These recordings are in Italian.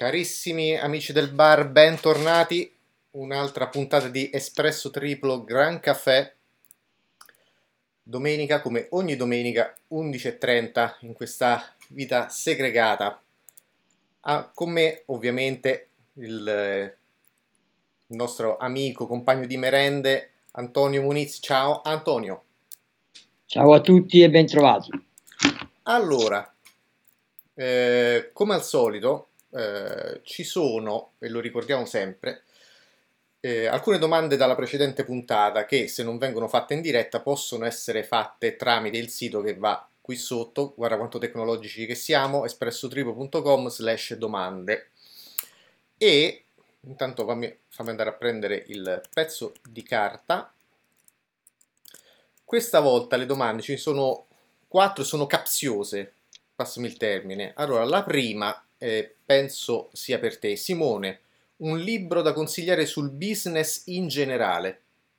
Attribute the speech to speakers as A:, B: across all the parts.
A: Carissimi amici del bar, bentornati. Un'altra puntata di Espresso Triplo Gran Caffè. Domenica, come ogni domenica, 11:30 in questa vita segregata. Con me, ovviamente, il nostro amico, compagno di merende, Antonio Muniz. Ciao Antonio.
B: Ciao a tutti e bentrovati.
A: Allora, come al solito, ci sono, e lo ricordiamo sempre, alcune domande dalla precedente puntata che, se non vengono fatte in diretta, possono essere fatte tramite il sito che va qui sotto. Guarda quanto tecnologici che siamo: espressotripo.com/domande. E intanto fammi andare a prendere il pezzo di carta. Questa volta le domande ci sono 4, sono capziose, passami il termine. Allora, la prima penso sia per te, Simone. Un libro da consigliare sul business in generale.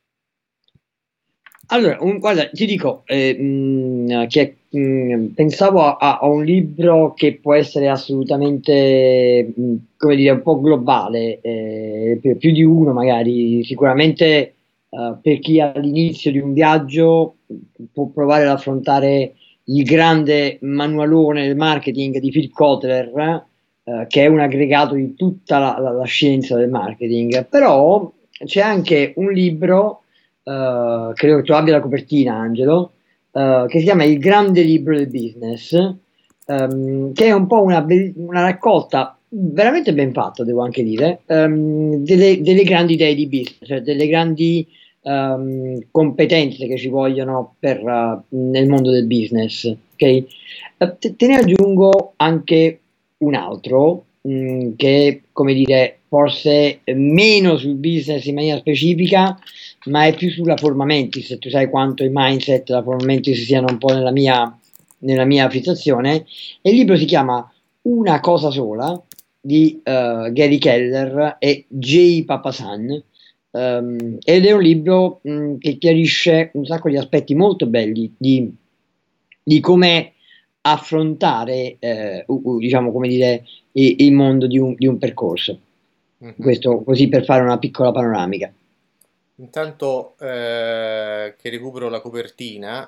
B: Allora, guarda, ti dico che pensavo a un libro che può essere assolutamente, come dire, un po' globale, più di uno magari, sicuramente per chi è all'inizio di un viaggio può provare ad affrontare il grande manualone del marketing di Phil Kotler, che è un aggregato di tutta la scienza del marketing, però c'è anche un libro, credo che tu abbia la copertina, Angelo, che si chiama Il grande libro del business, che è un po' una raccolta veramente ben fatta, devo anche dire, delle grandi idee di business, cioè delle grandi competenze che ci vogliono nel mondo del business. Ok? Te ne aggiungo anche un altro, che, come dire, forse meno sul business in maniera specifica, ma è più sulla forma mentis. Se tu sai quanto il mindset e la forma mentis siano un po' nella mia fissazione. E il libro si chiama Una cosa sola, di Gary Keller e Jay Papasan. Ed è un libro che chiarisce un sacco di aspetti molto belli di come affrontare, diciamo, come dire, il mondo di un percorso.
A: Mhm.
B: Questo così per fare una piccola panoramica.
A: Intanto che recupero la copertina,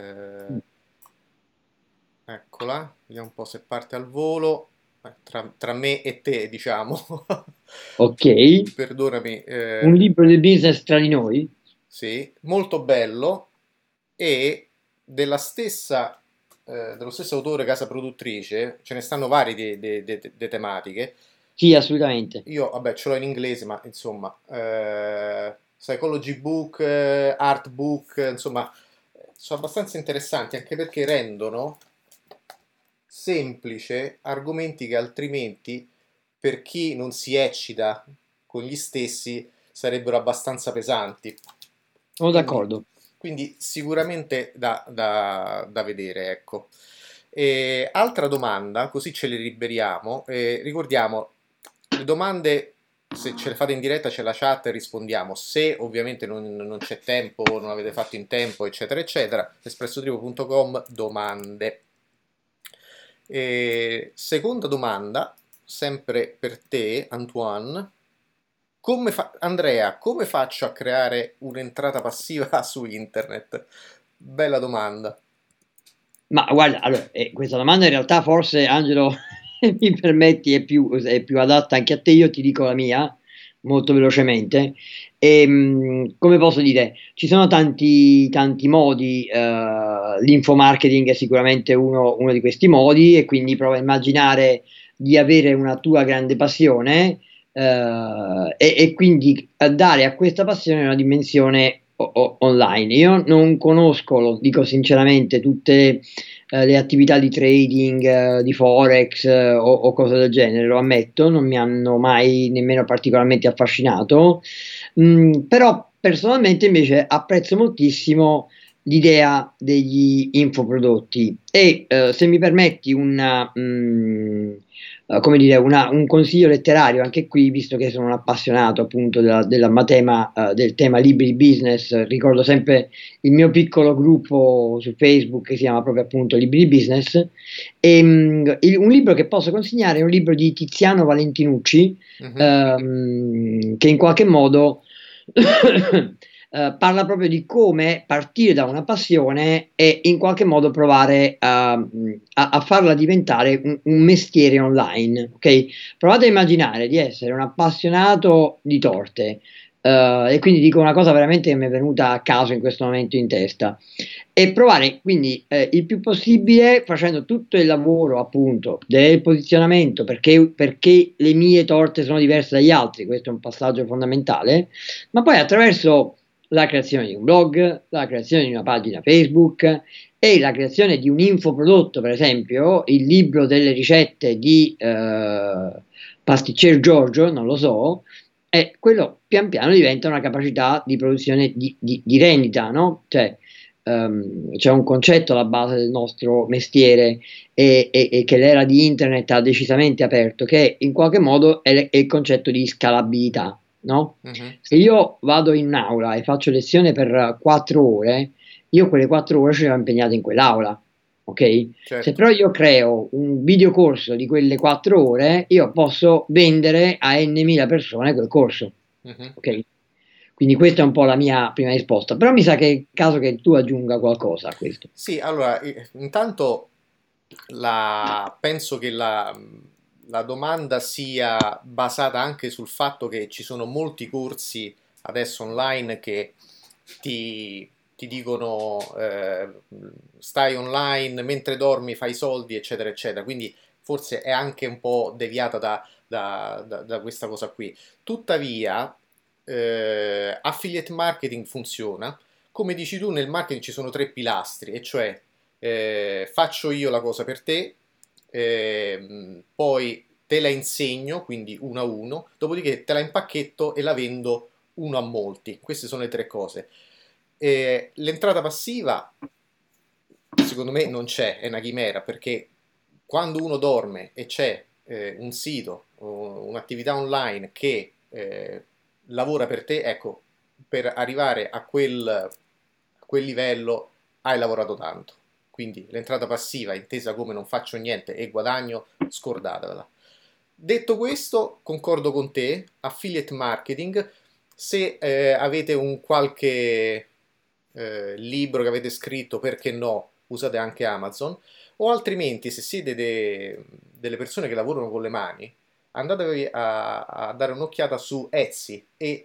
A: eccola, vediamo un po' se parte al volo. Tra me e te, diciamo.
B: Ok,
A: Perdonami,
B: un libro del business tra di noi.
A: sì, molto bello e dello stesso autore, casa produttrice. Ce ne stanno vari di tematiche.
B: Sì, assolutamente.
A: Io, vabbè, ce l'ho in inglese, ma insomma, psychology book, art book, insomma, sono abbastanza interessanti anche perché rendono semplice argomenti che altrimenti, per chi non si eccita con gli stessi, sarebbero abbastanza pesanti.
B: Sono
A: Quindi,
B: d'accordo.
A: quindi sicuramente da vedere, ecco. E altra domanda, così ce le liberiamo. Ricordiamo, le domande, se ce le fate in diretta c'è la chat e rispondiamo. Se ovviamente non c'è tempo, non avete fatto in tempo, eccetera, eccetera, espressotribo.com domande. Seconda domanda, sempre per te, Antoine. Andrea, come faccio a creare un'entrata passiva su internet? Bella domanda.
B: Ma guarda, allora, questa domanda in realtà forse, Angelo, mi permetti, è più adatta anche a te. Io ti dico la mia, molto velocemente. Come posso dire, ci sono tanti modi, l'infomarketing è sicuramente uno di questi modi, e quindi prova a immaginare di avere una tua grande passione, e quindi a dare a questa passione una dimensione online. Io non conosco, lo dico sinceramente, tutte le attività di trading, di forex, o cose del genere, lo ammetto, non mi hanno mai nemmeno particolarmente affascinato. Però personalmente invece apprezzo moltissimo l'idea degli infoprodotti, e se mi permetti come dire, un consiglio letterario anche qui, visto che sono un appassionato appunto del tema libri business. Ricordo sempre il mio piccolo gruppo su Facebook che si chiama proprio appunto Libri business. E, un libro che posso consigliare è un libro di Tiziano Valentinucci,
A: Mhm.
B: che in qualche modo parla proprio di come partire da una passione e in qualche modo provare a farla diventare un mestiere online. Ok? Provate a immaginare di essere un appassionato di torte. E quindi dico una cosa veramente che mi è venuta a caso in questo momento in testa. E provare quindi il più possibile facendo tutto il lavoro appunto del posizionamento, perché le mie torte sono diverse dagli altri, questo è un passaggio fondamentale, ma poi attraverso la creazione di un blog, la creazione di una pagina Facebook e la creazione di un infoprodotto, per esempio il libro delle ricette di Pasticcere Giorgio, non lo so, e quello pian piano diventa una capacità di produzione di rendita, no? Cioè, c'è un concetto alla base del nostro mestiere e che l'era di internet ha decisamente aperto, che in qualche modo è il concetto di scalabilità, no?
A: Mhm.
B: Se io vado in aula e faccio lezione per 4 ore, io quelle 4 ore ce le ho impegnate in quell'aula, ok? Se
A: Certo.
B: però io creo un videocorso di quelle 4 ore, io posso vendere a n mila persone quel corso,
A: Mhm.
B: ok? Quindi questa è un po' la mia prima risposta, però mi sa che è il caso che tu aggiunga qualcosa a questo.
A: Sì, allora, intanto penso che la domanda sia basata anche sul fatto che ci sono molti corsi adesso online che ti dicono stai online mentre dormi, fai soldi, eccetera, eccetera. Quindi forse è anche un po' deviata da questa cosa qui. Tuttavia, affiliate marketing funziona. Come dici tu, nel marketing ci sono tre pilastri, e cioè faccio io la cosa per te, poi te la insegno, quindi uno a uno, dopodiché te la impacchetto e la vendo uno a molti. Queste sono le tre cose. L'entrata passiva, secondo me, non c'è, è una chimera, perché quando uno dorme e c'è un sito o un'attività online che lavora per te, ecco, per arrivare a quel livello hai lavorato tanto. Quindi l'entrata passiva, intesa come non faccio niente e guadagno, scordatela. Detto questo, concordo con te, affiliate marketing, se avete un qualche libro che avete scritto, perché no, usate anche Amazon, o altrimenti se siete delle persone che lavorano con le mani, andatevi a dare un'occhiata su Etsy e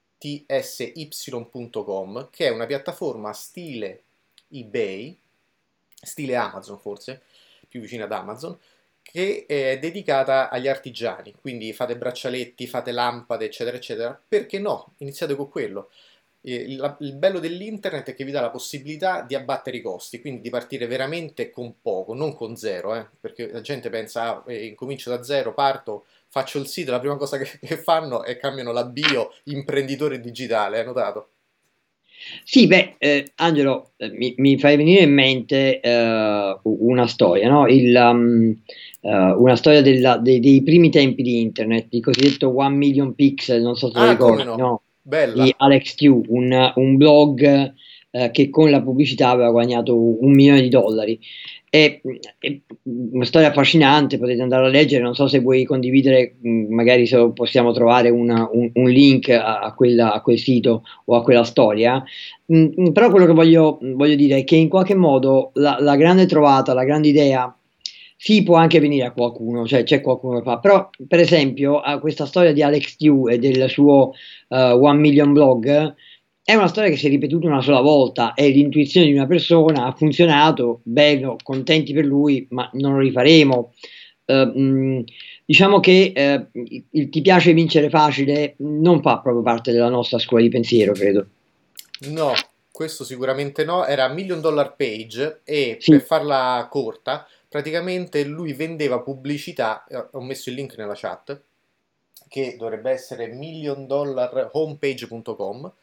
A: tsy.com, che è una piattaforma stile eBay, stile Amazon forse, più vicina ad Amazon, che è dedicata agli artigiani, quindi fate braccialetti, fate lampade, eccetera, eccetera. Perché no? Iniziate con quello. Il bello dell'internet è che vi dà la possibilità di abbattere i costi, quindi di partire veramente con poco, non con zero, perché la gente pensa, ah, incomincio da zero, parto, faccio il sito, la prima cosa che fanno è cambiano la bio imprenditore digitale, hai notato?
B: Sì, beh, Angelo, mi fai venire in mente una storia, no? Una storia dei primi tempi di internet, il cosiddetto 1 million pixel, non so se lo
A: Ah, come
B: ricordi,
A: no?
B: no? Di
A: Bella.
B: Alex Q, un blog che con la pubblicità aveva guadagnato 1 milione di dollari. È una storia affascinante, potete andare a leggere, non so se vuoi condividere, magari se possiamo trovare un link a quel sito o a quella storia. Però quello che voglio dire è che in qualche modo la grande trovata, la grande idea, sì, può anche venire a qualcuno, cioè c'è qualcuno che fa, però per esempio a questa storia di Alex Tew e del suo 1 Million Blog è una storia che si è ripetuta una sola volta, è l'intuizione di una persona, ha funzionato, bello, contenti per lui, ma non lo rifaremo. Eh, mh, diciamo che il ti piace vincere facile non fa proprio parte della nostra scuola di pensiero, credo.
A: No, questo sicuramente no, era Million Dollar Page e per
B: Sì,
A: farla corta, praticamente lui vendeva pubblicità, ho messo il link nella chat, che dovrebbe essere milliondollarhomepage.com,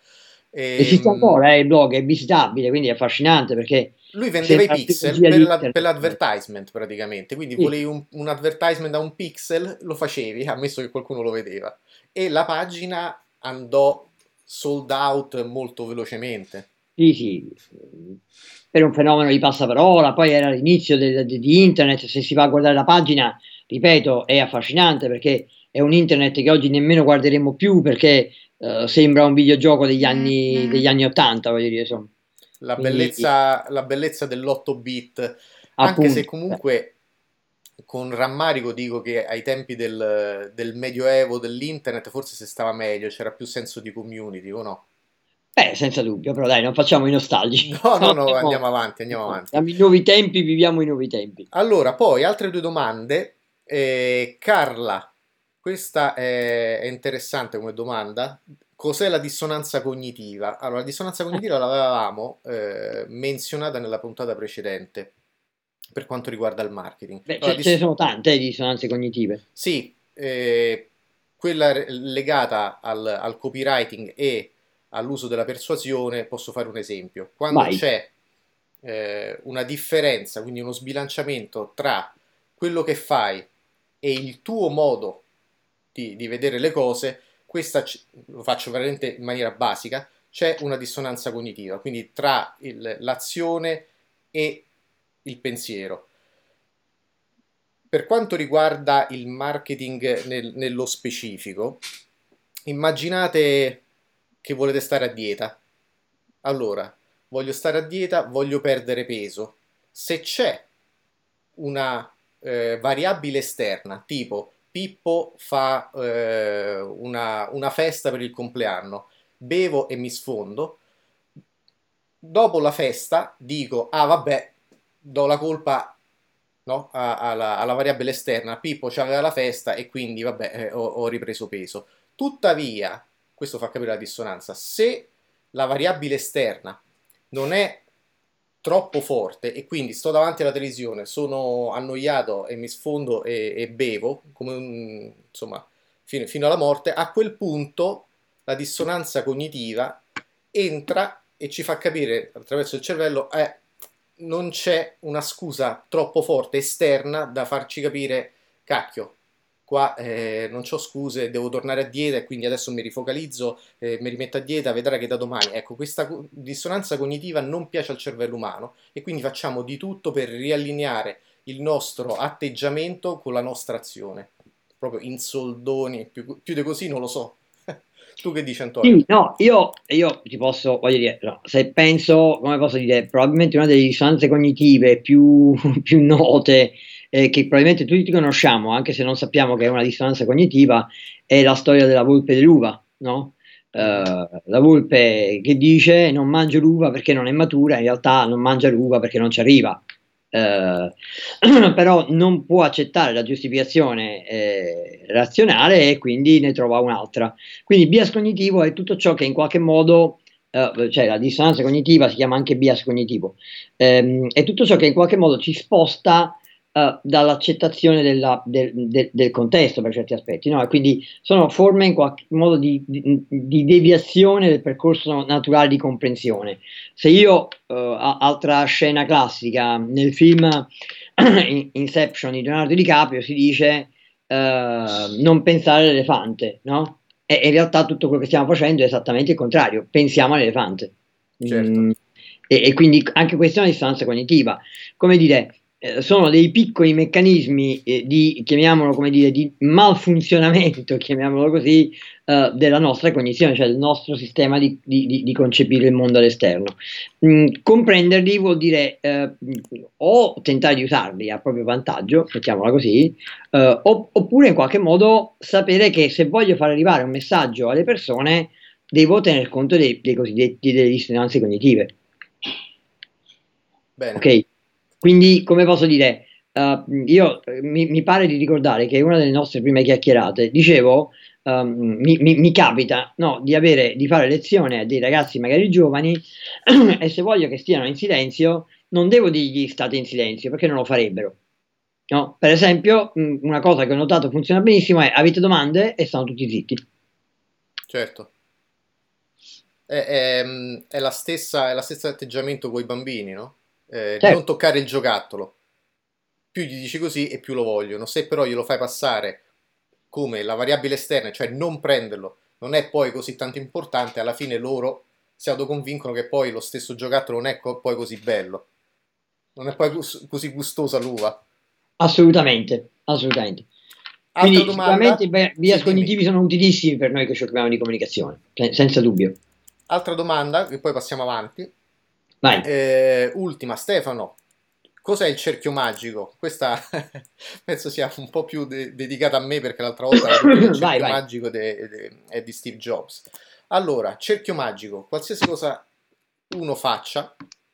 B: Esiste
A: Ehm,
B: ancora, il blog è visitabile, quindi è affascinante perché
A: Lui vendeva i
B: sembra
A: pixel
B: l'archeologia di
A: per
B: internet.
A: l'advertisement praticamente, quindi
B: Sì,
A: volevi un advertisement da un pixel, lo facevi, ammesso che qualcuno lo vedeva. E la pagina andò sold out molto velocemente.
B: sì, sì, per un fenomeno di passaparola, poi era l'inizio di internet, se si va a guardare la pagina, ripeto, è affascinante perché è un internet che oggi nemmeno guarderemo più perché sembra un videogioco degli anni 80, voglio dire, insomma. Quindi,
A: La bellezza dell'8 bit, anche se
B: appunto,
A: comunque con rammarico dico che ai tempi del medioevo dell'internet forse si stava meglio, c'era più senso di community, o no?
B: senza dubbio, però dai, non facciamo i nostalgici.
A: No, no,
B: No,
A: no,
B: no,
A: andiamo avanti, andiamo
B: no,
A: avanti.
B: siamo in nuovi tempi, viviamo i nuovi tempi.
A: Allora, poi altre due domande. Carla, questa è interessante come domanda. Cos'è la dissonanza cognitiva? Allora, la dissonanza cognitiva l'avevamo menzionata nella puntata precedente per quanto riguarda il marketing.
B: Beh,
A: Allora,
B: ce ne sono tante di dissonanze cognitive.
A: sì, quella legata al copywriting e all'uso della persuasione, posso fare un esempio. Quando
B: Vai.
A: c'è una differenza, quindi uno sbilanciamento tra quello che fai e il tuo modo di vedere le cose, lo faccio veramente in maniera basica, c'è una dissonanza cognitiva, quindi tra l'azione e il pensiero. Per quanto riguarda il marketing nello specifico, immaginate che volete stare a dieta. Allora, voglio stare a dieta, voglio perdere peso. Se c'è una variabile esterna, tipo Pippo fa una festa per il compleanno, bevo e mi sfondo, dopo la festa dico, ah vabbè, do la colpa, no, alla variabile esterna, Pippo c'aveva la festa e quindi vabbè, ho ripreso peso. Tuttavia, questo fa capire la dissonanza, se la variabile esterna non è troppo forte e quindi sto davanti alla televisione, sono annoiato e mi sfondo e bevo, come insomma, fino alla morte, a quel punto la dissonanza cognitiva entra e ci fa capire attraverso il cervello, non c'è una scusa troppo forte esterna da farci capire, cacchio, qua non c'ho scuse, devo tornare a dieta e quindi adesso mi rifocalizzo, mi rimetto a dieta, vedrai che da domani. Ecco, questa dissonanza cognitiva non piace al cervello umano e quindi facciamo di tutto per riallineare il nostro atteggiamento con la nostra azione. Proprio in soldoni, più di così non lo so. Tu che dici, Antonio?
B: Sì, no, io ti posso, voglio dire, no, se penso, come posso dire, probabilmente una delle dissonanze cognitive più, più note, che probabilmente tutti conosciamo, anche se non sappiamo che è una dissonanza cognitiva, è la storia della volpe e dell'uva, no?
A: Mhm.
B: La volpe che dice non mangio l'uva perché non è matura, in realtà non mangia l'uva perché non ci arriva. Eh, però non può accettare la giustificazione razionale e quindi ne trova un'altra. Quindi bias cognitivo è tutto ciò che in qualche modo, cioè la dissonanza cognitiva si chiama anche bias cognitivo, è tutto ciò che in qualche modo ci sposta dall'accettazione del contesto per certi aspetti, no? E quindi sono forme in qualche modo di deviazione del percorso naturale di comprensione. Se io, altra scena classica, nel film Inception di Leonardo DiCaprio si dice non pensare all'elefante, no? E in realtà tutto quello che stiamo facendo è esattamente il contrario, pensiamo all'elefante.
A: Certo.
B: Mm, e quindi anche questa è una dissonanza cognitiva. Come dire, sono dei piccoli meccanismi di, chiamiamolo come dire, di malfunzionamento, chiamiamolo così, della nostra cognizione, cioè del nostro sistema di concepire il mondo all'esterno. Comprenderli vuol dire o tentare di usarli a proprio vantaggio, mettiamola così, oppure in qualche modo sapere che se voglio far arrivare un messaggio alle persone devo tener conto dei cosiddetti delle dissonanze cognitive.
A: Bene.
B: Ok? Quindi, come posso dire, io mi pare di ricordare che una delle nostre prime chiacchierate dicevo, mi capita no, di fare lezione a dei ragazzi magari giovani e se voglio che stiano in silenzio, non devo dirgli state in silenzio perché non lo farebbero. No? Per esempio, una cosa che ho notato funziona benissimo è avete domande e stanno tutti zitti.
A: Certo. è la stessa atteggiamento con i bambini, no? Non
B: Certo,
A: toccare il giocattolo. Più gli dici così e più lo vogliono. Se però glielo fai passare come la variabile esterna, cioè non prenderlo, non è poi così tanto importante, alla fine loro si autoconvincono che poi lo stesso giocattolo non è poi così bello, non è poi così gustosa l'uva.
B: assolutamente, assolutamente.
A: Altra
B: Quindi sicuramente
A: domanda?
B: i bias
A: Sì, dimmi.
B: cognitivi sono utilissimi per noi che ci occupiamo di comunicazione, senza dubbio.
A: Altra domanda, che poi passiamo avanti.
B: Vai,
A: Ultima, Stefano, cos'è il cerchio magico? Questa penso sia un po' più dedicata a me perché l'altra volta avevo detto che il
B: vai,
A: cerchio
B: vai.
A: magico è di Steve Jobs. Allora, cerchio magico, qualsiasi cosa uno faccia,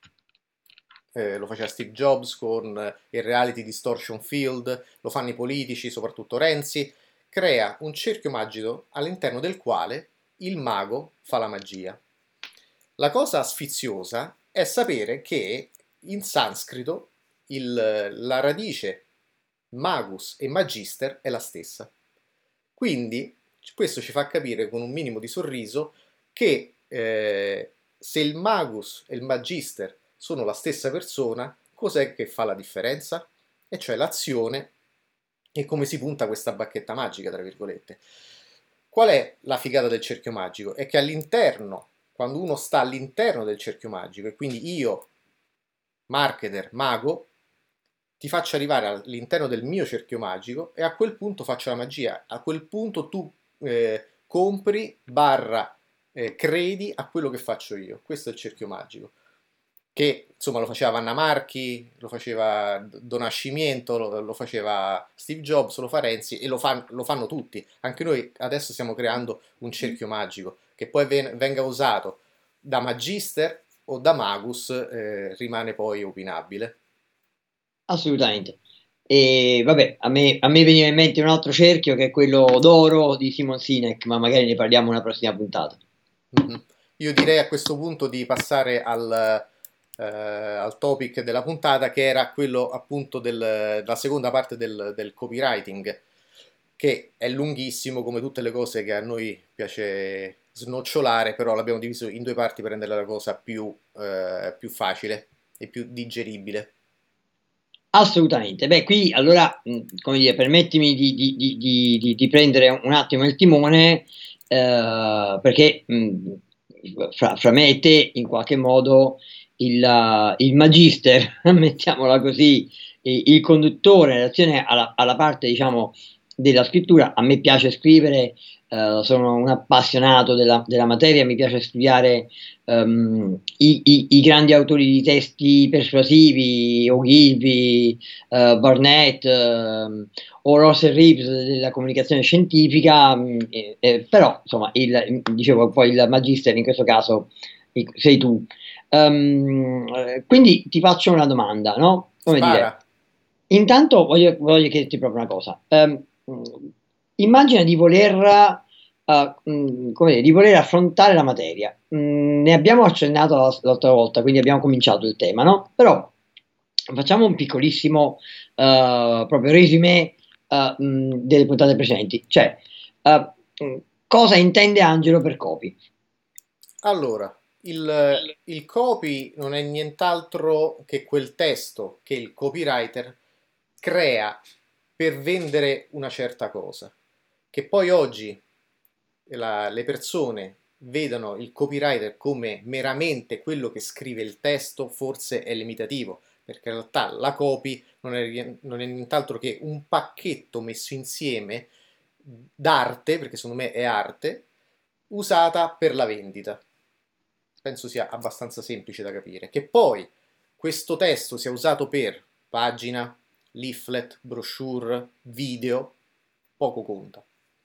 A: lo faceva Steve Jobs con il reality distortion field, lo fanno i politici, soprattutto Renzi, crea un cerchio magico all'interno del quale il mago fa la magia. La cosa sfiziosa è sapere che in sanscrito la radice magus e magister è la stessa. Quindi questo ci fa capire con un minimo di sorriso che se il magus e il magister sono la stessa persona, cos'è che fa la differenza? E cioè l'azione e come si punta questa bacchetta magica, tra virgolette. Qual è la figata del cerchio magico? È che all'interno, quando uno sta all'interno del cerchio magico, e quindi io, marketer, mago, ti faccio arrivare all'interno del mio cerchio magico e a quel punto faccio la magia. A quel punto tu compri barra credi a quello che faccio io. Questo è il cerchio magico. Che insomma lo faceva Vanna Marchi, lo faceva Don Nascimento, lo faceva Steve Jobs, lo fa Renzi e lo fanno tutti. Anche noi adesso stiamo creando un cerchio magico che poi venga usato da Magister o da Magus, rimane poi opinabile.
B: Assolutamente. E vabbè, a me veniva in mente un altro cerchio che è quello d'oro di Simon Sinek, ma magari ne parliamo una prossima puntata.
A: Mhm. Io direi a questo punto di passare al topic della puntata, che era quello appunto della seconda parte del copywriting, che è lunghissimo come tutte le cose che a noi piace snocciolare, però l'abbiamo diviso in due parti per rendere la cosa più facile e più digeribile.
B: Assolutamente. Beh, qui allora, come dire, permettimi di prendere un attimo il timone, perché fra me e te, in qualche modo, il magister, mettiamola così, il conduttore in relazione alla parte, diciamo, della scrittura, a me piace scrivere, sono un appassionato della materia, mi piace studiare i grandi autori di testi persuasivi, Ogilvy, Barnett o Russell Reeves della comunicazione scientifica, però insomma, dicevo poi il magister in questo caso sei tu. Quindi ti faccio una domanda, no? Come dire,
A: Spara!
B: intanto voglio chiederti proprio una cosa. Immagina di voler come dire, di voler affrontare la materia. Ne abbiamo accennato l'altra volta, quindi abbiamo cominciato il tema, no? Però facciamo un piccolissimo proprio resumé delle puntate precedenti. Cioè, cosa intende Angelo per copy?
A: Allora, il copy non è nient'altro che quel testo che il copywriter crea per vendere una certa cosa. Che poi oggi le persone vedano il copywriter come meramente quello che scrive il testo, forse è limitativo, perché in realtà la copy non è nient'altro che un pacchetto messo insieme d'arte, perché secondo me è arte, usata per la vendita. Penso sia abbastanza semplice da capire. Che poi questo testo sia usato per pagina, leaflet, brochure, video, poco conta.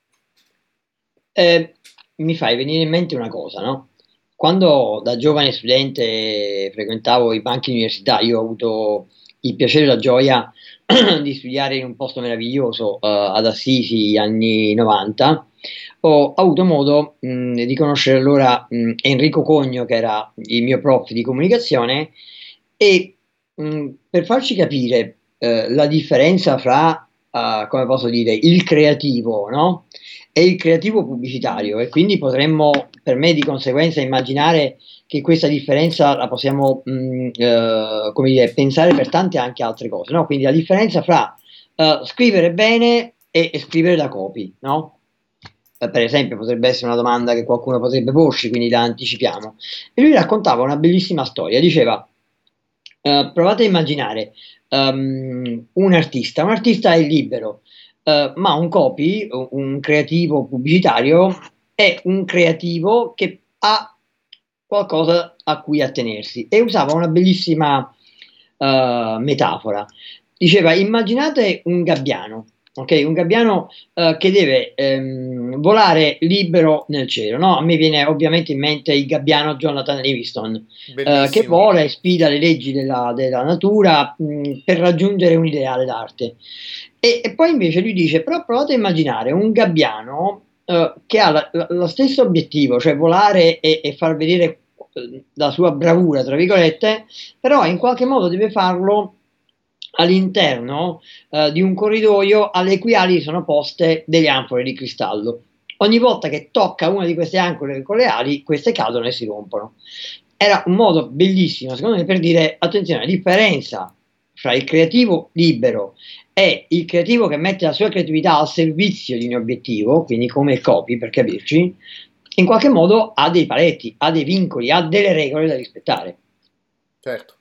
B: Eh, Mi fai venire in mente una cosa, no? Quando da giovane studente frequentavo i banchi di università, io ho avuto il piacere e la gioia di studiare in un posto meraviglioso, ad Assisi, anni 90. Ho avuto modo, di conoscere allora, Enrico Cogno, che era il mio prof di comunicazione, e per farci capire, la differenza fra, come posso dire, il creativo, no? E il creativo pubblicitario, e quindi potremmo per me di conseguenza immaginare che questa differenza la possiamo come dire, pensare per tante anche altre cose, no? Quindi la differenza fra scrivere bene e scrivere da copy, no? Per esempio, potrebbe essere una domanda che qualcuno potrebbe porci, quindi la anticipiamo. E lui raccontava una bellissima storia, diceva, provate a immaginare un artista è libero, ma un copy, un creativo pubblicitario, è un creativo che ha qualcosa a cui attenersi e usava una bellissima metafora. Diceva, immaginate un gabbiano, ok? Un gabbiano che deve volare libero nel cielo, no? A me viene ovviamente in mente il gabbiano Jonathan Livingston, che
A: Bellissimo.
B: vola e sfida le leggi della natura per raggiungere un ideale d'arte. E poi invece lui dice, però provate a immaginare un gabbiano che ha lo stesso obiettivo, cioè volare e far vedere la sua bravura, tra virgolette, però in qualche modo deve farlo all'interno di un corridoio alle cui ali sono poste delle anfore di cristallo. Ogni volta che tocca una di queste ancore con le ali, queste cadono e si rompono. Era un modo bellissimo, secondo me, per dire, attenzione, la differenza fra il creativo libero e il creativo che mette la sua creatività al servizio di un obiettivo, quindi come il copy, per capirci, in qualche modo ha dei paletti, ha dei vincoli, ha delle regole da rispettare.
A: Certo.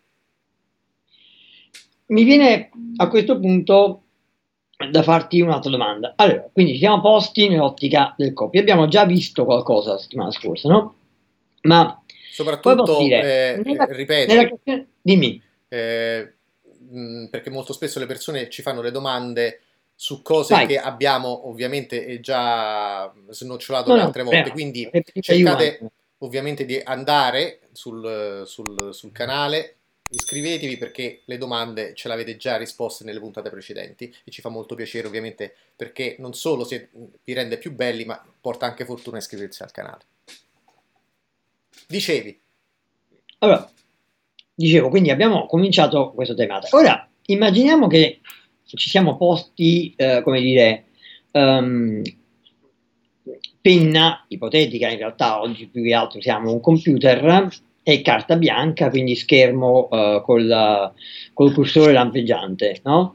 B: Mi viene a questo punto da farti un'altra domanda. Allora, quindi ci siamo posti nell'ottica del copy. Abbiamo già visto qualcosa la settimana scorsa, no? Ma poi posso
A: Soprattutto,
B: dire, nella
A: ripeto,
B: questione, dimmi,
A: eh, perché molto spesso le persone ci fanno le domande su cose
B: vai,
A: che abbiamo ovviamente già snocciolato
B: no,
A: le
B: no,
A: altre volte,
B: prego,
A: quindi
B: repetita
A: cercate
B: aiutante.
A: ovviamente di andare sul canale, iscrivetevi perché le domande ce l'avete già risposte nelle puntate precedenti e ci fa molto piacere ovviamente perché non solo vi rende più belli, ma porta anche fortuna a iscriversi al canale. Dicevi,
B: Allora, dicevo, quindi abbiamo cominciato questo tema. Ora, immaginiamo che ci siamo posti, come dire, ehm, penna ipotetica, in realtà oggi più che altro siamo un computer e carta bianca, quindi schermo col cursore lampeggiante, no?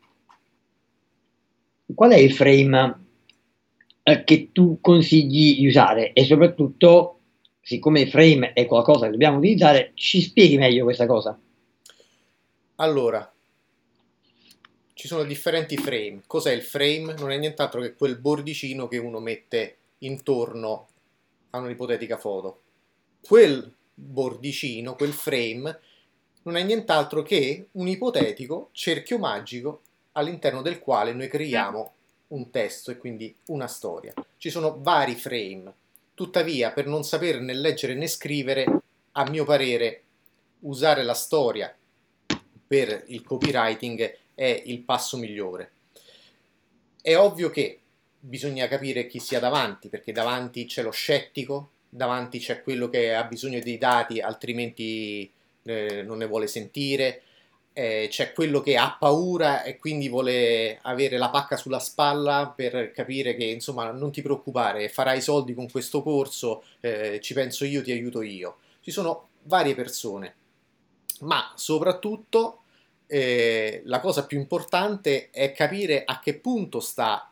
B: Qual è il frame che tu consigli di usare? E soprattutto, siccome il frame è qualcosa che dobbiamo utilizzare, ci spieghi meglio questa cosa?
A: allora, ci sono differenti frame. Cos'è il frame? Non è nient'altro che quel bordicino che uno mette intorno a un'ipotetica foto. Quel bordicino, quel frame, non è nient'altro che un ipotetico cerchio magico all'interno del quale noi creiamo un testo e quindi una storia. Ci sono vari frame. Tuttavia, per non saper né leggere né scrivere, a mio parere, usare la storia per il copywriting è il passo migliore. È ovvio che bisogna capire chi sia davanti, perché davanti c'è lo scettico, davanti c'è quello che ha bisogno dei dati, altrimenti non ne vuole sentire, c'è quello che ha paura e quindi vuole avere la pacca sulla spalla per capire che insomma non ti preoccupare, farai soldi con questo corso, ci penso io, ti aiuto io. Ci sono varie persone, ma soprattutto la cosa più importante è capire a che punto sta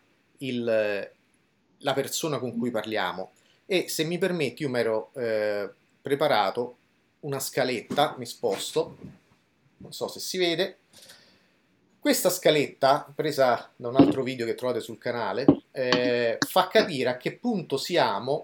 A: la persona con cui parliamo. E se mi permetti, io mi ero preparato una scaletta, mi sposto, non so se si vede. Questa scaletta, presa da un altro video che trovate sul canale, fa capire a che punto siamo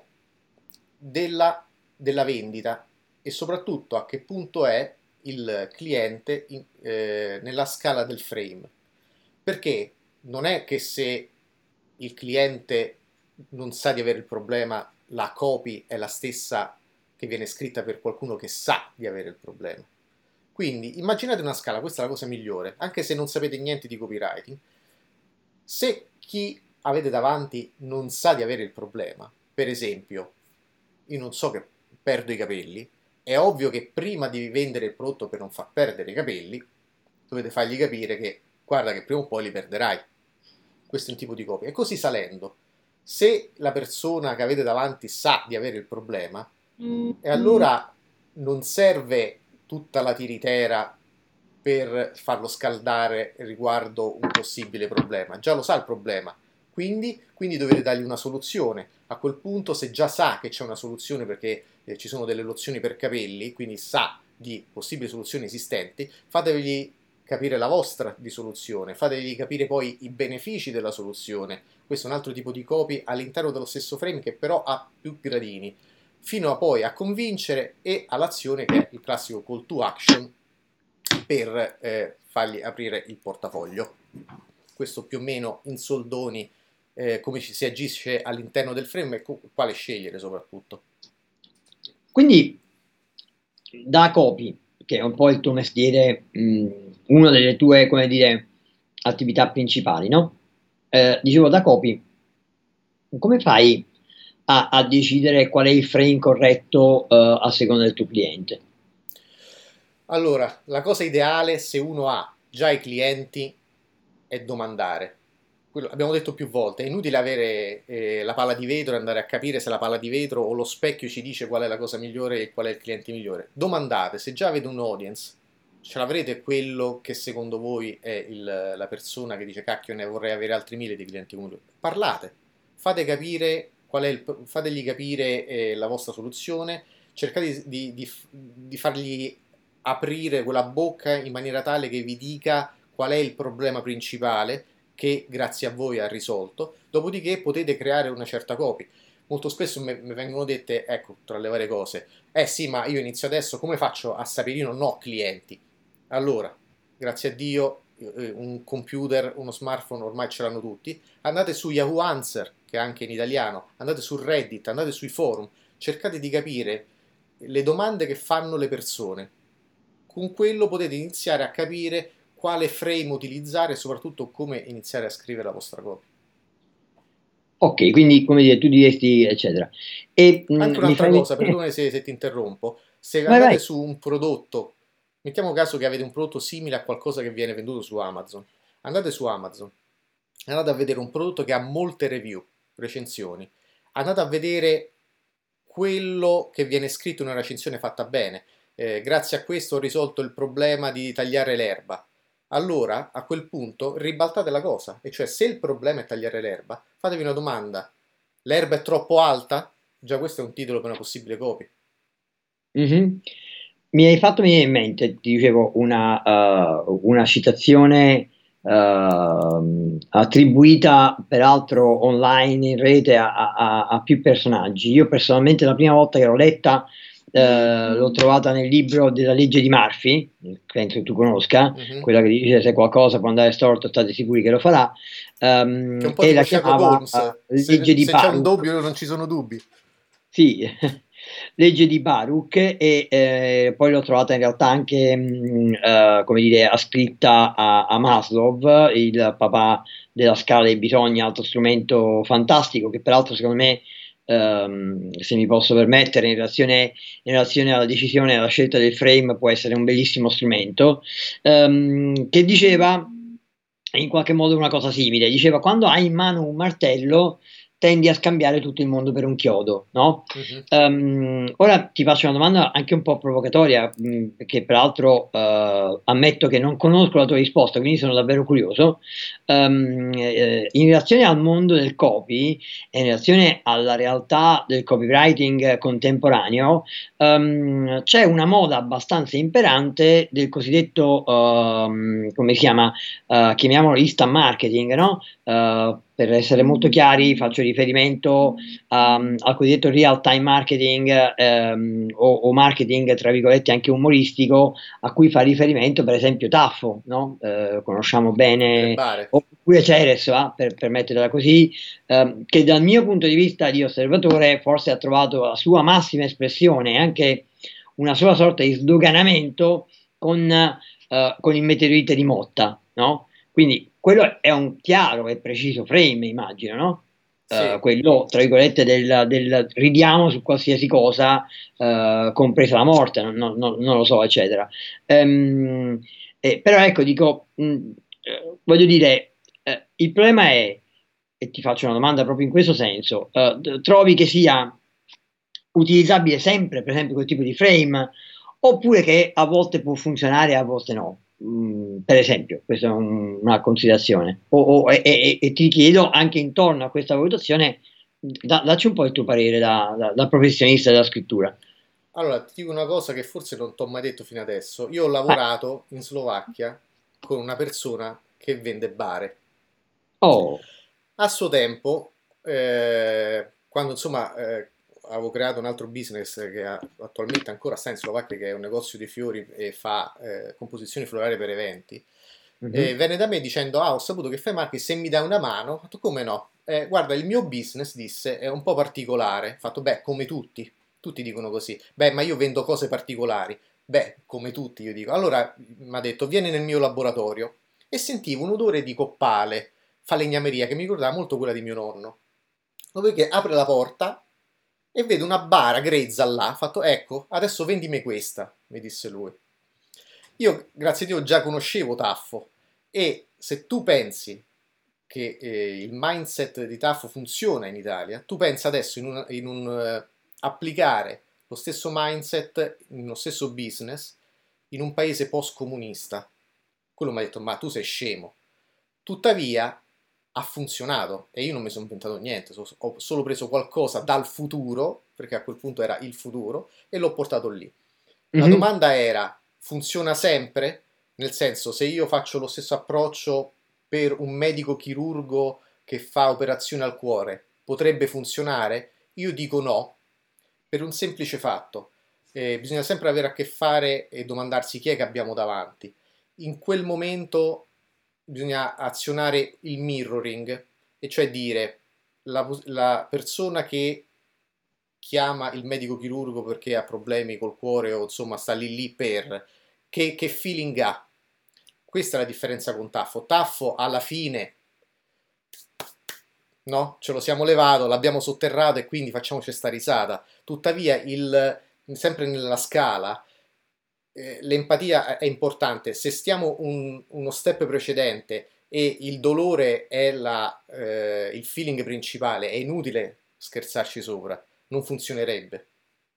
A: della vendita e soprattutto a che punto è il cliente nella scala del frame. Perché non è che se il cliente non sa di avere il problema, la copy è la stessa che viene scritta per qualcuno che sa di avere il problema. Quindi immaginate una scala, questa è la cosa migliore, anche se non sapete niente di copywriting. Se chi avete davanti non sa di avere il problema, per esempio, io non so che perdo i capelli, è ovvio che prima di vendere il prodotto per non far perdere i capelli, dovete fargli capire che guarda che prima o poi li perderai. Questo è un tipo di copia. E così salendo. Se la persona che avete davanti sa di avere il problema, e allora non serve tutta la tiritera per farlo scaldare riguardo un possibile problema, già lo sa il problema, quindi dovete dargli una soluzione. A quel punto, se già sa che c'è una soluzione perché ci sono delle lozioni per capelli, quindi sa di possibili soluzioni esistenti, fategli capire la vostra di soluzione, fategli capire poi i benefici della soluzione. Questo è un altro tipo di copy all'interno dello stesso frame che però ha più gradini, fino a poi a convincere e all'azione che è il classico call to action per fargli aprire il portafoglio. Questo più o meno in soldoni come ci si agisce all'interno del frame e quale scegliere soprattutto.
B: Quindi da copy, che è un po' il tuo mestiere, una delle tue, come dire, attività principali, no? Dicevo, da copy, come fai a decidere qual è il frame corretto a seconda del tuo cliente?
A: Allora, la cosa ideale se uno ha già i clienti è domandare. Quello, abbiamo detto più volte, è inutile avere la palla di vetro e andare a capire se la palla di vetro o lo specchio ci dice qual è la cosa migliore e qual è il cliente migliore. Domandate, se già avete un audience, ce l'avrete quello che secondo voi è la persona che dice cacchio ne vorrei avere altri 1000 di clienti come lui. Parlate, fate capire fategli capire la vostra soluzione, cercate di fargli aprire quella bocca in maniera tale che vi dica qual è il problema principale che grazie a voi ha risolto, dopodiché potete creare una certa copy. Molto spesso mi vengono dette, ecco, tra le varie cose, sì, ma io inizio adesso, come faccio a sapere? Io non ho clienti. Allora, grazie a Dio, un computer, uno smartphone ormai ce l'hanno tutti, andate su Yahoo Answer, che è anche in italiano, andate su Reddit, andate sui forum, cercate di capire le domande che fanno le persone. Con quello potete iniziare a capire quale frame utilizzare e soprattutto come iniziare a scrivere la vostra copy.
B: Ok, quindi come dire, tu diresti, eccetera. E
A: Anche
B: mi
A: un'altra
B: fai
A: cosa,
B: venire...
A: perdone se ti interrompo, se
B: Vai,
A: andate
B: vai.
A: su un prodotto, mettiamo caso che avete un prodotto simile a qualcosa che viene venduto su Amazon, andate su Amazon, andate a vedere un prodotto che ha molte review, recensioni, andate a vedere quello che viene scritto in una recensione fatta bene. Grazie a questo ho risolto il problema di tagliare l'erba. Allora, a quel punto, ribaltate la cosa, e cioè se il problema è tagliare l'erba, fatevi una domanda. L'erba è troppo alta? Già questo è un titolo per una possibile copy.
B: Mhm. Mi hai fatto venire in mente, ti dicevo, una citazione attribuita peraltro online in rete a più personaggi. Io personalmente la prima volta che l'ho letta l'ho trovata nel libro della legge di Murphy, penso che tu conosca,
A: Mhm.
B: quella che dice se qualcosa può andare storto state sicuri che lo farà,
A: Che è un po'
B: e la
A: tipo Sherlock
B: chiamava
A: Holmes.
B: legge di
A: Se c'è un
B: Baruch.
A: dubbio, non ci sono dubbi.
B: Sì, legge di Baruch e poi l'ho trovata in realtà anche, come dire, ascritta a Maslow, il papà della scala dei bisogni, altro strumento fantastico che peraltro secondo me, se mi posso permettere, in relazione alla decisione e alla scelta del frame può essere un bellissimo strumento, che diceva in qualche modo una cosa simile, diceva quando hai in mano un martello tendi a scambiare tutto il mondo per un chiodo, no?
A: Mhm.
B: Ora ti faccio una domanda anche un po' provocatoria, perché peraltro ammetto che non conosco la tua risposta, quindi sono davvero curioso. In relazione al mondo del copy e in relazione alla realtà del copywriting contemporaneo, c'è una moda abbastanza imperante del cosiddetto, come si chiama, chiamiamolo instant marketing, no? Per essere molto chiari, faccio riferimento al cosiddetto real time marketing o marketing tra virgolette anche umoristico a cui fa riferimento per esempio Taffo, no? Conosciamo
A: Delle
B: bene,
A: bare.
B: oppure Ceres, per metterla così, che dal mio punto di vista di osservatore forse ha trovato la sua massima espressione e anche una sola sorta di sdoganamento con il meteorite di Motta, no? Quindi quello è un chiaro e preciso frame, immagino, no?
A: Sì.
B: Quello, tra virgolette, del ridiamo su qualsiasi cosa, compresa la morte, non lo so, eccetera. Però ecco, dico, voglio dire, il problema è e ti faccio una domanda proprio in questo senso, trovi che sia utilizzabile sempre, per esempio, quel tipo di frame, oppure che a volte può funzionare e a volte no? Per esempio, questa è una considerazione. E ti chiedo anche intorno a questa valutazione, dacci un po' il tuo parere da professionista della scrittura.
A: Allora, ti dico una cosa che forse non ti ho mai detto fino adesso. Io ho
B: Ah,
A: lavorato in Slovacchia con una persona che vende bare.
B: oh,
A: A suo tempo, quando insomma avevo creato un altro business che attualmente ancora sta in Slovacchia, che è un negozio di fiori e fa composizioni florali per eventi,
B: mhm,
A: venne da me dicendo: Ah, ho saputo che fai marketing, se mi dai una mano. Ho fatto: Come no? Guarda, il mio business, disse, è un po' particolare. Ho fatto: Beh, come tutti. Tutti dicono così. Beh, ma io vendo cose particolari. Beh, come tutti, io dico. Allora mi ha detto: Vieni nel mio laboratorio. E sentivo un odore di coppale, falegnameria, che mi ricordava molto quella di mio nonno. Dopodiché apre la porta e vedo una bara grezza là. Ha fatto: Ecco, adesso vendimi questa, mi disse lui. Io, grazie a Dio, già conoscevo Taffo, e se tu pensi che il mindset di Taffo funziona in Italia, tu pensa adesso applicare lo stesso mindset in uno stesso business in un paese post-comunista. Quello mi ha detto: Ma tu sei scemo. Tuttavia ha funzionato e io non mi sono inventato niente, ho solo preso qualcosa dal futuro, perché a quel punto era il futuro, e l'ho portato lì. La
B: mhm.
A: domanda era: funziona sempre? Nel senso, se io faccio lo stesso approccio per un medico chirurgo che fa operazioni al cuore, potrebbe funzionare? Io dico no, per un semplice fatto. Bisogna sempre avere a che fare e domandarsi chi è che abbiamo davanti. In quel momento bisogna azionare il mirroring, e cioè dire la persona che chiama il medico chirurgo perché ha problemi col cuore o insomma sta lì lì per che feeling ha. Questa è la differenza con Taffo. Taffo alla fine, no? Ce lo siamo levato, l'abbiamo sotterrato e quindi facciamoci sta risata. Tuttavia, sempre nella scala, l'empatia è importante. Se stiamo uno step precedente e il dolore è il feeling principale, è inutile scherzarci sopra, non funzionerebbe.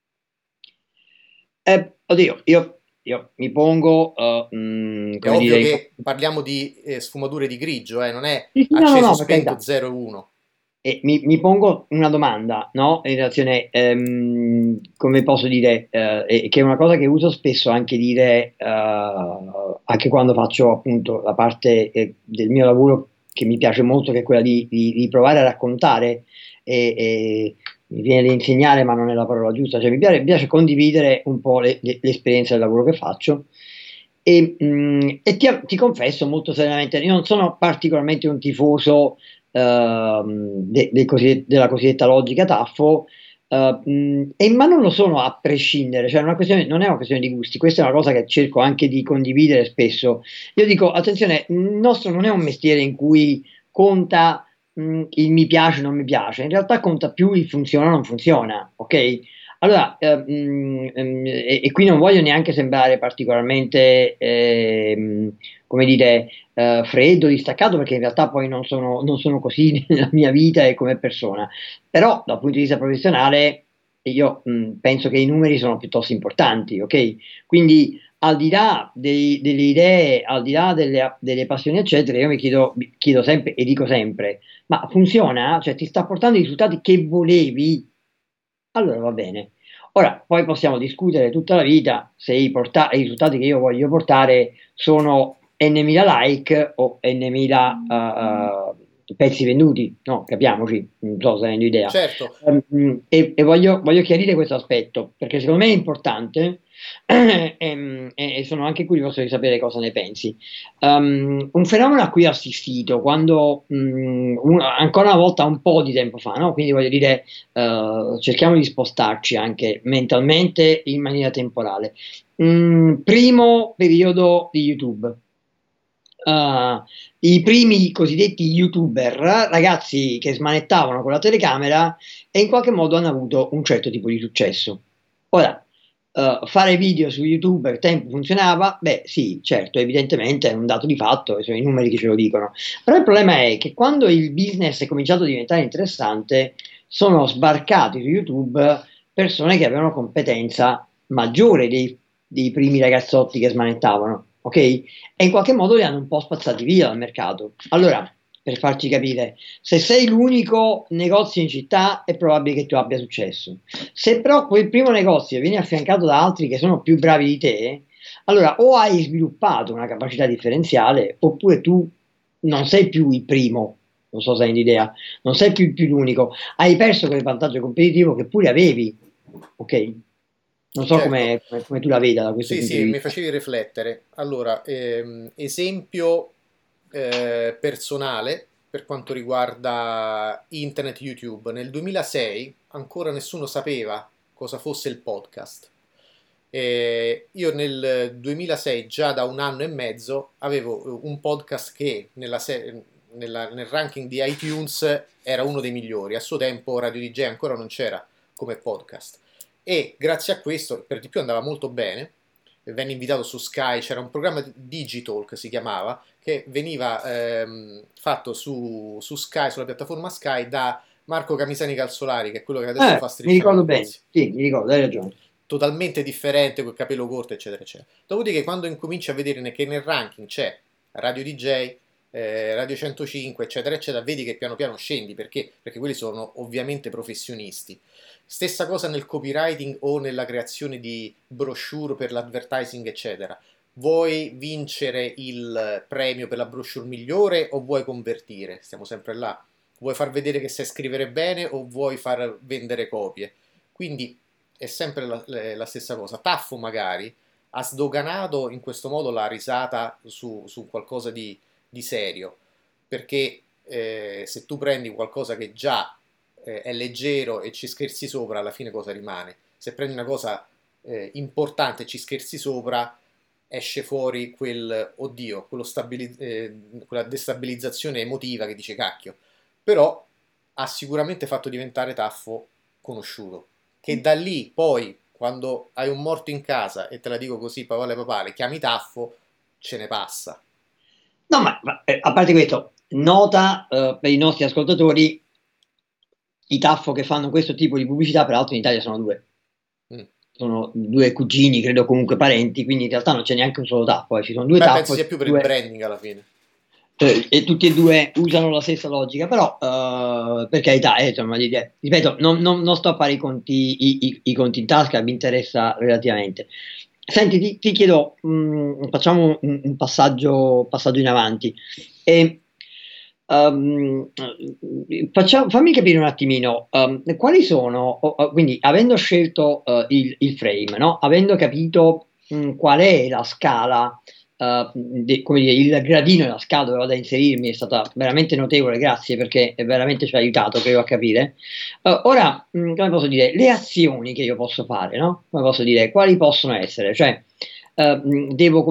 B: Oddio, io mi pongo,
A: È
B: come
A: ovvio
B: dire,
A: che parliamo di sfumature di grigio, non è
B: sì, sì, no, no,
A: acceso
B: no, per
A: spento
B: carità.
A: 0 e 1.
B: Mi pongo una domanda, no? In relazione, come posso dire, che è una cosa che uso spesso anche dire, anche quando faccio appunto la parte del mio lavoro che mi piace molto, che è quella di provare a raccontare e mi viene da insegnare, ma non è la parola giusta, cioè mi piace condividere un po' l'esperienza del lavoro che faccio. Ti confesso molto serenamente, io non sono particolarmente un tifoso della cosiddetta logica Taffo, ma non lo sono a prescindere, cioè non è una questione di gusti, questa è una cosa che cerco anche di condividere spesso. Io dico, attenzione, il nostro non è un mestiere in cui conta il mi piace o non mi piace, in realtà conta più il funziona o non funziona, ok? Allora, e qui non voglio neanche sembrare particolarmente, come dire, freddo, distaccato, perché in realtà poi non sono così nella mia vita e come persona. Però dal punto di vista professionale io penso che i numeri sono piuttosto importanti, ok? Quindi al di là delle idee, al di là delle passioni, eccetera, io chiedo sempre e dico sempre, ma funziona? Cioè ti sta portando i risultati che volevi? Allora va bene. Ora, poi possiamo discutere tutta la vita se i risultati che io voglio portare sono n mila like o n mila pezzi venduti. No, capiamoci, non so se hai un'idea.
A: Certo,
B: E voglio chiarire questo aspetto perché secondo me è importante e sono anche curioso di sapere cosa ne pensi. Un fenomeno a cui ho assistito quando, ancora una volta un po' di tempo fa, no? Quindi voglio dire, cerchiamo di spostarci anche mentalmente in maniera temporale. Primo periodo di YouTube. I primi cosiddetti YouTuber, ragazzi che smanettavano con la telecamera e in qualche modo hanno avuto un certo tipo di successo. Ora, fare video su YouTube per tempo funzionava? Beh, sì, certo, evidentemente è un dato di fatto, e sono i numeri che ce lo dicono. Però il problema è che quando il business è cominciato a diventare interessante, sono sbarcati su YouTube persone che avevano competenza maggiore dei primi ragazzotti che smanettavano, ok? E in qualche modo li hanno un po' spazzati via dal mercato. Allora, per farci capire, se sei l'unico negozio in città, è probabile che tu abbia successo. Se però quel primo negozio viene affiancato da altri che sono più bravi di te, allora o hai sviluppato una capacità differenziale, oppure tu non sei più il primo, non so se hai un'idea, non sei più l'unico, hai perso quel vantaggio competitivo che pure avevi, ok? Non so
A: Certo,
B: come tu la veda da questo
A: sì,
B: punto di
A: sì, mi
B: vista.
A: facevi riflettere. Allora, esempio personale per quanto riguarda internet YouTube. Nel 2006 ancora nessuno sapeva cosa fosse il podcast. Io nel 2006, già da un anno e mezzo, avevo un podcast che nel ranking di iTunes era uno dei migliori. A suo tempo Radio DJ ancora non c'era come podcast. E grazie a questo, per di più andava molto bene, venne invitato su Sky, c'era un programma Digitalk si chiamava, che veniva fatto su Sky, sulla piattaforma Sky, da Marco Camisani Calzolari, che è quello che adesso fa
B: Mi
A: Striscia la
B: ricordo bene,
A: Notizia.
B: sì, mi ricordo, hai ragione.
A: Totalmente differente, col capello corto, eccetera, eccetera. Dopodiché, quando incominci a vedere che nel ranking c'è Radio DJ, Radio 105, eccetera, eccetera, vedi che piano piano scendi, perché? Perché quelli sono ovviamente professionisti. Stessa cosa nel copywriting o nella creazione di brochure per l'advertising, eccetera. Vuoi vincere il premio per la brochure migliore o vuoi convertire? Stiamo sempre là. Vuoi far vedere che sai scrivere bene o vuoi far vendere copie? Quindi è sempre la stessa cosa. Taffo magari ha sdoganato in questo modo la risata su qualcosa di serio, perché se tu prendi qualcosa che già è leggero e ci scherzi sopra, alla fine cosa rimane? Se prendi una cosa importante e ci scherzi sopra, esce fuori quel oddio, quella destabilizzazione emotiva che dice cacchio. Però ha sicuramente fatto diventare Taffo conosciuto. Che da lì poi, quando hai un morto in casa, e te la dico così, papale papale, chiami Taffo, ce ne passa.
B: No, a parte questo, nota per i nostri ascoltatori, i Taffo che fanno questo tipo di pubblicità, peraltro in Italia sono due.
A: Mm.
B: Sono due cugini, credo comunque parenti, quindi in realtà non c'è neanche un solo Taffo, ci sono due
A: Beh, penso
B: Taffo
A: sia più per il
B: due,
A: branding alla fine.
B: e tutti e due usano la stessa logica, però per carità, insomma, ripeto, non sto a fare i conti, i conti in tasca, mi interessa relativamente. Senti, ti chiedo, facciamo un passaggio in avanti. E, fammi capire un attimino, quali sono, quindi avendo scelto il frame, no? Avendo capito qual è la scala, come dire, il gradino e la scala dove vado a inserirmi è stata veramente notevole, grazie perché veramente ci ha aiutato, credo, a capire. Ora, come posso dire, le azioni che io posso fare, no? Come posso dire, quali possono essere? Cioè, devo,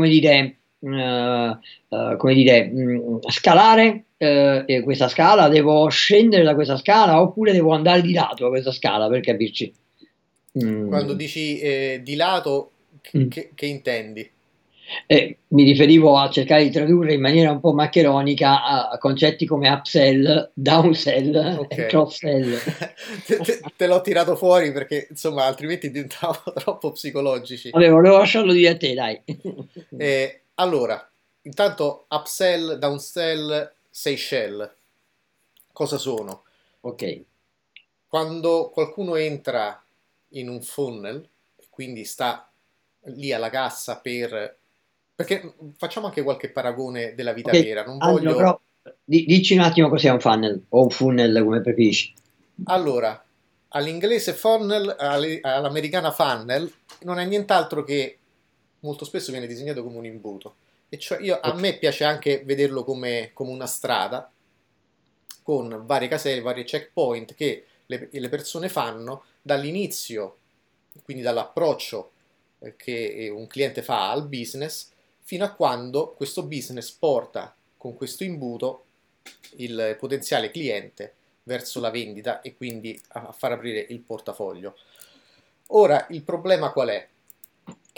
B: come dire, scalare questa scala, devo scendere da questa scala oppure devo andare di lato da questa scala per capirci.
A: Quando
B: Mm,
A: dici di lato,
B: mm.
A: che intendi?
B: Mi riferivo a cercare di tradurre in maniera un po' maccheronica a concetti come upsell, downsell
A: Ok,
B: e cross-sell.
A: te l'ho tirato fuori perché insomma altrimenti diventavano troppo psicologici.
B: Vabbè, volevo lasciarlo dire a te, dai.
A: Allora, intanto upsell, downsell, Seychelles. Cosa sono?
B: Ok,
A: Quando qualcuno entra in un funnel, e quindi sta lì alla cassa per... Perché facciamo anche qualche paragone della vita
B: ok.
A: vera, non
B: Angelo,
A: voglio...
B: però dici un attimo cos'è un funnel o un funnel come preferisci.
A: Allora, all'inglese funnel, all'americana funnel, non è nient'altro che molto spesso viene disegnato come un imbuto. E cioè a
B: Ok.
A: me piace anche vederlo come una strada con varie caselle, vari checkpoint che le persone fanno dall'inizio, quindi dall'approccio che un cliente fa al business, fino a quando questo business porta con questo imbuto il potenziale cliente verso la vendita e quindi a far aprire il portafoglio. Ora, il problema qual è?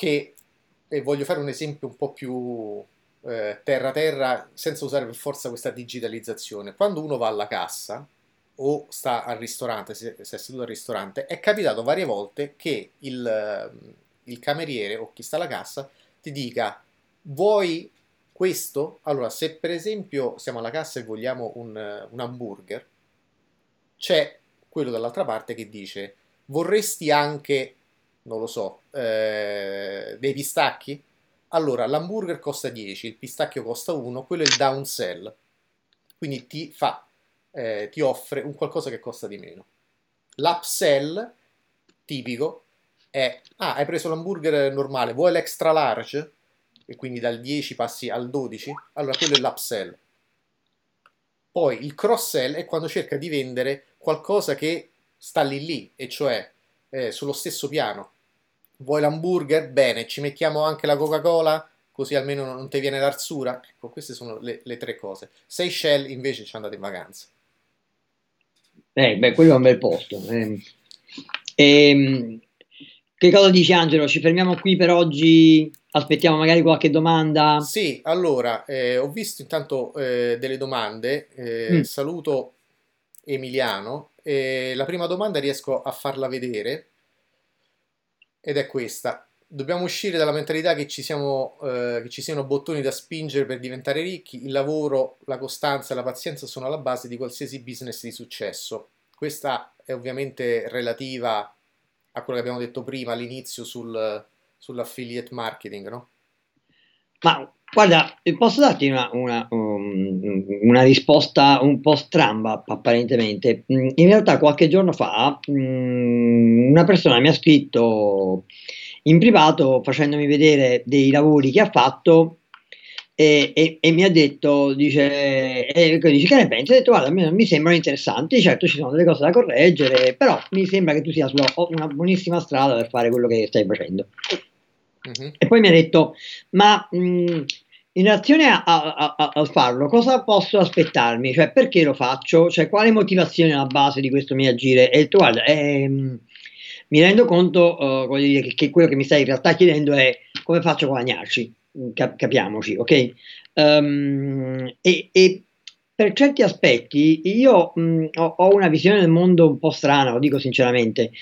A: che, e voglio fare un esempio un po' più terra-terra, senza usare per forza questa digitalizzazione. Quando uno va alla cassa o sta al ristorante, se è seduto al ristorante, è capitato varie volte che il cameriere o chi sta alla cassa ti dica: vuoi questo? Allora, se per esempio siamo alla cassa e vogliamo un hamburger, c'è quello dall'altra parte che dice: vorresti anche, non lo so, dei pistacchi? Allora, l'hamburger costa 10, il pistacchio costa 1, quello è il downsell. Quindi ti offre un qualcosa che costa di meno. L'upsell tipico è: ah, hai preso l'hamburger normale, vuoi l'extra large? E quindi dal 10 passi al 12? Allora quello è l'upsell. Poi il cross-sell è quando cerca di vendere qualcosa che sta lì lì, e cioè sullo stesso piano. Vuoi l'hamburger? Bene, ci mettiamo anche la Coca-Cola, così almeno non ti viene l'arsura. Ecco, queste sono le tre cose. Seychelles invece ci andate in vacanza.
B: Beh, quello è un bel posto. Ehm, che cosa dice Angelo? Ci fermiamo qui per oggi? Aspettiamo magari qualche domanda?
A: Sì, allora, ho visto intanto delle domande.
B: Mm.
A: Saluto Emiliano. La prima domanda riesco a farla vedere ed è questa. Dobbiamo uscire dalla mentalità che ci siano bottoni da spingere per diventare ricchi. Il lavoro, la costanza e la pazienza sono alla base di qualsiasi business di successo. Questa è ovviamente relativa a quello che abbiamo detto prima all'inizio sull'affiliate marketing, no?
B: Ma guarda, posso darti una risposta un po' stramba, apparentemente. In realtà, qualche giorno fa, una persona mi ha scritto in privato facendomi vedere dei lavori che ha fatto e mi ha detto, dice, che ne pensi? Ho detto, guarda, mi sembrano interessanti, certo ci sono delle cose da correggere, però mi sembra che tu sia sulla una buonissima strada per fare quello che stai facendo.
A: Mhm.
B: E poi mi ha detto, ma in relazione a farlo, cosa posso aspettarmi? Cioè, perché lo faccio? Cioè, quale motivazione è la base di questo mio agire? E ho detto, guarda, mi rendo conto, voglio dire, che quello che mi stai in realtà chiedendo è come faccio a guadagnarci. Capiamoci, ok? E per certi aspetti io ho una visione del mondo un po' strana, lo dico sinceramente.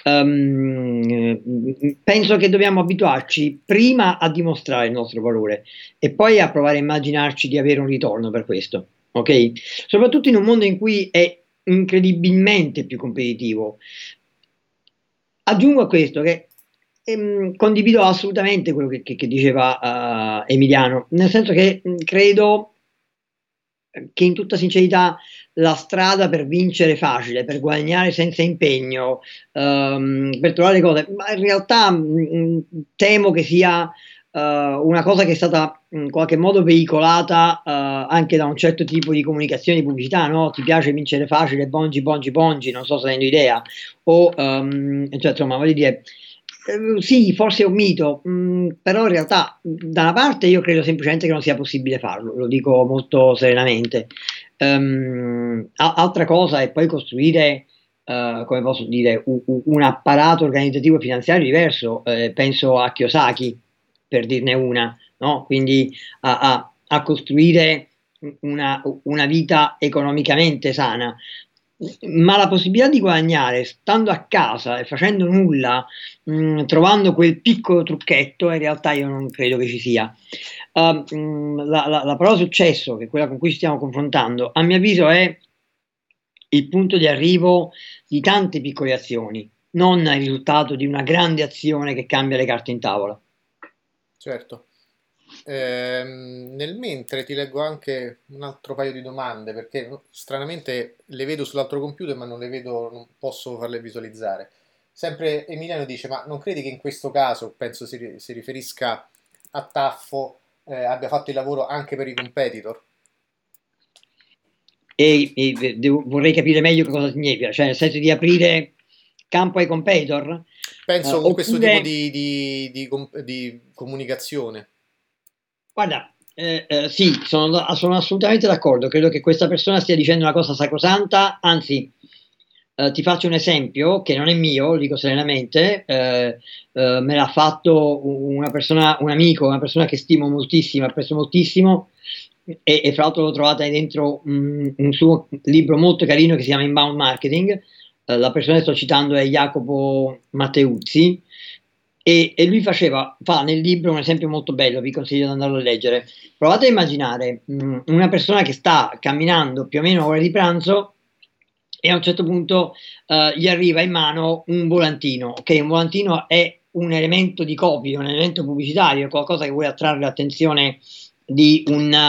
B: Penso che dobbiamo abituarci prima a dimostrare il nostro valore e poi a provare a immaginarci di avere un ritorno per questo, ok? Soprattutto in un mondo in cui è incredibilmente più competitivo. Aggiungo a questo che condivido assolutamente quello che diceva Emiliano, nel senso che credo che in tutta sincerità la strada per vincere facile, per guadagnare senza impegno, per trovare le cose, ma in realtà temo che sia una cosa che è stata in qualche modo veicolata anche da un certo tipo di comunicazione di pubblicità, no? Ti piace vincere facile, bongi, bongi, bongi, non so se hai idea, o cioè, insomma, voglio dire, sì, forse è un mito, però in realtà da una parte io credo semplicemente che non sia possibile farlo, lo dico molto serenamente. Altra cosa è poi costruire, come posso dire, un apparato organizzativo e finanziario diverso. Penso a Kiyosaki, per dirne una, no? Quindi a costruire una vita economicamente sana. Ma la possibilità di guadagnare stando a casa e facendo nulla, trovando quel piccolo trucchetto, in realtà io non credo che ci sia. La parola successo, che è quella con cui ci stiamo confrontando, a mio avviso è il punto di arrivo di tante piccole azioni, non il risultato di una grande azione che cambia le carte in tavola.
A: Certo. Nel mentre ti leggo anche un altro paio di domande perché stranamente le vedo sull'altro computer ma non le vedo, non posso farle visualizzare. Sempre Emiliano dice: ma non credi che in questo caso, penso si riferisca a Taffo, abbia fatto il lavoro anche per i competitor?
B: Vorrei capire meglio che cosa significa, cioè nel senso di aprire campo ai competitor,
A: Penso con questo tipo
B: oppure,
A: di comunicazione.
B: guarda, sì, sono assolutamente d'accordo, credo che questa persona stia dicendo una cosa sacrosanta, anzi, Ti faccio un esempio che non è mio, lo dico serenamente, me l'ha fatto una persona, un amico, una persona che stimo moltissimo, apprezzo moltissimo, e fra l'altro l'ho trovata dentro un suo libro molto carino che si chiama Inbound Marketing. La persona che sto citando è Jacopo Matteuzzi, e lui fa nel libro un esempio molto bello, vi consiglio di andarlo a leggere. Provate a immaginare una persona che sta camminando più o meno a ora di pranzo e a un certo punto gli arriva in mano un volantino. Ok, un volantino è un elemento di copy, un elemento pubblicitario, qualcosa che vuole attrarre l'attenzione di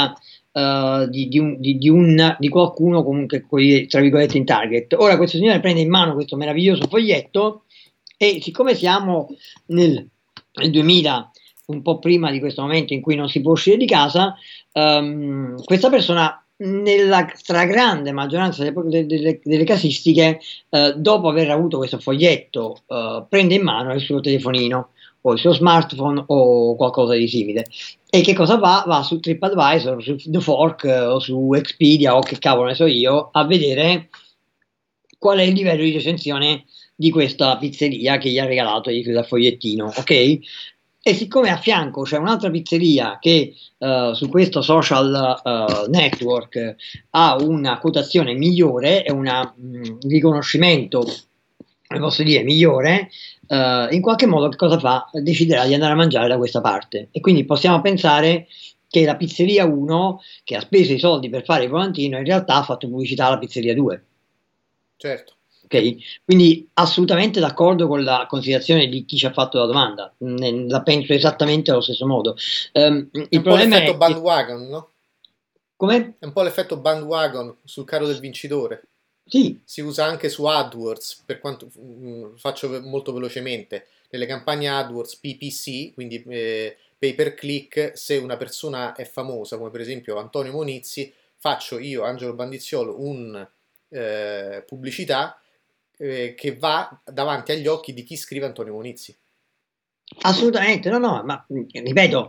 B: di qualcuno comunque tra virgolette in target. Ora questo signore prende in mano questo meraviglioso foglietto e siccome siamo nel 2000, un po' prima di questo momento in cui non si può uscire di casa, questa persona nella stragrande maggioranza delle casistiche, dopo aver avuto questo foglietto, prende in mano il suo telefonino o il suo smartphone o qualcosa di simile. E che cosa fa? Va su TripAdvisor, su The Fork o su Expedia o che cavolo ne so io, a vedere qual è il livello di recensione di questa pizzeria che gli ha regalato il fogliettino, ok? E siccome a fianco c'è un'altra pizzeria che su questo social network ha una quotazione migliore e un riconoscimento, come posso dire, migliore, in qualche modo che cosa fa? Deciderà di andare a mangiare da questa parte. E quindi possiamo pensare che la pizzeria 1, che ha speso i soldi per fare il volantino, in realtà ha fatto pubblicità alla pizzeria 2.
A: Certo.
B: Ok? Quindi assolutamente d'accordo con la considerazione di chi ci ha fatto la domanda. La penso esattamente allo stesso modo.
A: È
B: Il
A: un po'
B: problema
A: l'effetto
B: è che,
A: bandwagon, no?
B: come?
A: È un po' l'effetto bandwagon sul carro del vincitore.
B: Sì,
A: Si usa anche su AdWords, per quanto faccio molto velocemente. Nelle campagne AdWords PPC, quindi pay per click, se una persona è famosa, come per esempio Antonio Monizzi, faccio io, Angelo Bandizziolo, un pubblicità che va davanti agli occhi di chi scrive Antonio Monizzi.
B: assolutamente, no, no, ma ripeto,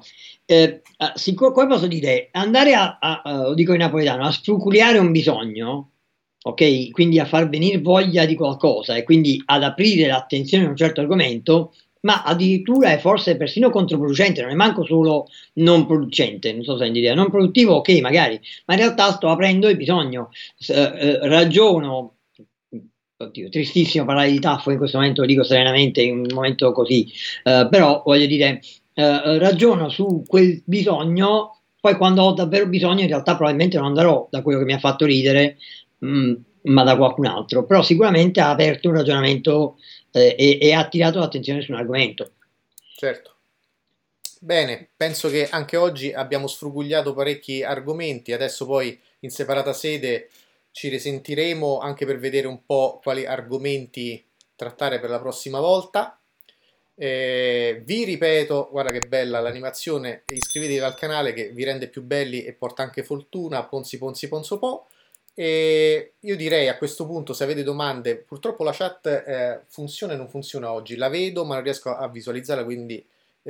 B: come posso dire, andare lo dico in napoletano, a sfruculiare un bisogno, ok? Quindi a far venire voglia di qualcosa e quindi ad aprire l'attenzione a un certo argomento, ma addirittura è forse persino controproducente, non è manco solo non producente, non so se hai idea, non produttivo, ok, magari, ma in realtà sto aprendo il bisogno, ragiono. Oddio, tristissimo parlare di Taffo in questo momento, lo dico serenamente, in un momento così, però voglio dire, ragiono su quel bisogno, poi quando ho davvero bisogno in realtà probabilmente non andrò da quello che mi ha fatto ridere, ma da qualcun altro, però sicuramente ha aperto un ragionamento e ha attirato l'attenzione su un argomento.
A: Certo. Bene, penso che anche oggi abbiamo sfrugugliato parecchi argomenti, adesso poi in separata sede ci risentiremo anche per vedere un po' quali argomenti trattare per la prossima volta. Vi ripeto, guarda che bella l'animazione, iscrivetevi al canale che vi rende più belli e porta anche fortuna, Ponzi Ponzi Ponzo Po. E io direi a questo punto, se avete domande, purtroppo la chat funziona e non funziona oggi, la vedo ma non riesco a visualizzarla, quindi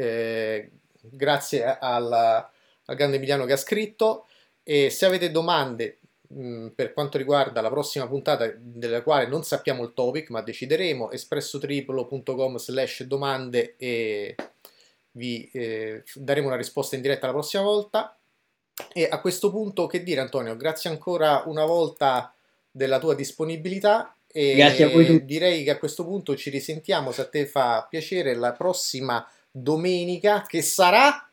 A: grazie al grande Emiliano che ha scritto. E se avete domande per quanto riguarda la prossima puntata, della quale non sappiamo il topic ma decideremo, espressotriplo.com/domande, e vi daremo una risposta in diretta la prossima volta. E a questo punto che dire, Antonio, grazie ancora una volta della tua disponibilità,
B: Grazie a voi
A: e
B: tutti.
A: direi che a questo punto ci risentiamo, se a te fa piacere, la prossima domenica, che sarà...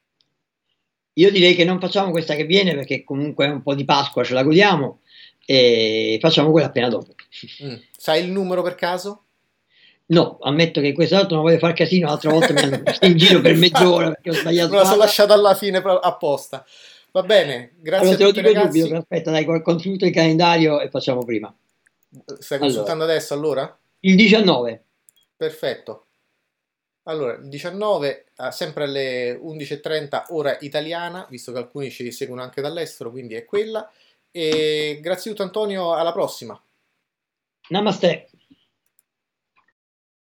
B: Io direi che non facciamo questa che viene perché comunque è un po' di Pasqua, ce la godiamo e facciamo quella appena dopo.
A: Sai il numero per caso?
B: No, ammetto che quest'altro non voglio far casino, l'altra volta mi hanno preso in giro per
A: Infatti,
B: mezz'ora perché ho sbagliato
A: me la sono
B: data.
A: lasciata alla fine apposta. Va bene, grazie
B: Allora
A: a
B: te lo
A: tutti
B: dico subito,
A: ragazzi.
B: aspetta, dai, consulto il calendario e facciamo prima.
A: Stai
B: Allora,
A: consultando adesso allora?
B: il 19,
A: Perfetto. Allora, il 19, sempre alle 11:30 ora italiana, visto che alcuni ci seguono anche dall'estero, quindi è quella. E grazie a tutto Antonio, alla prossima.
B: Namaste.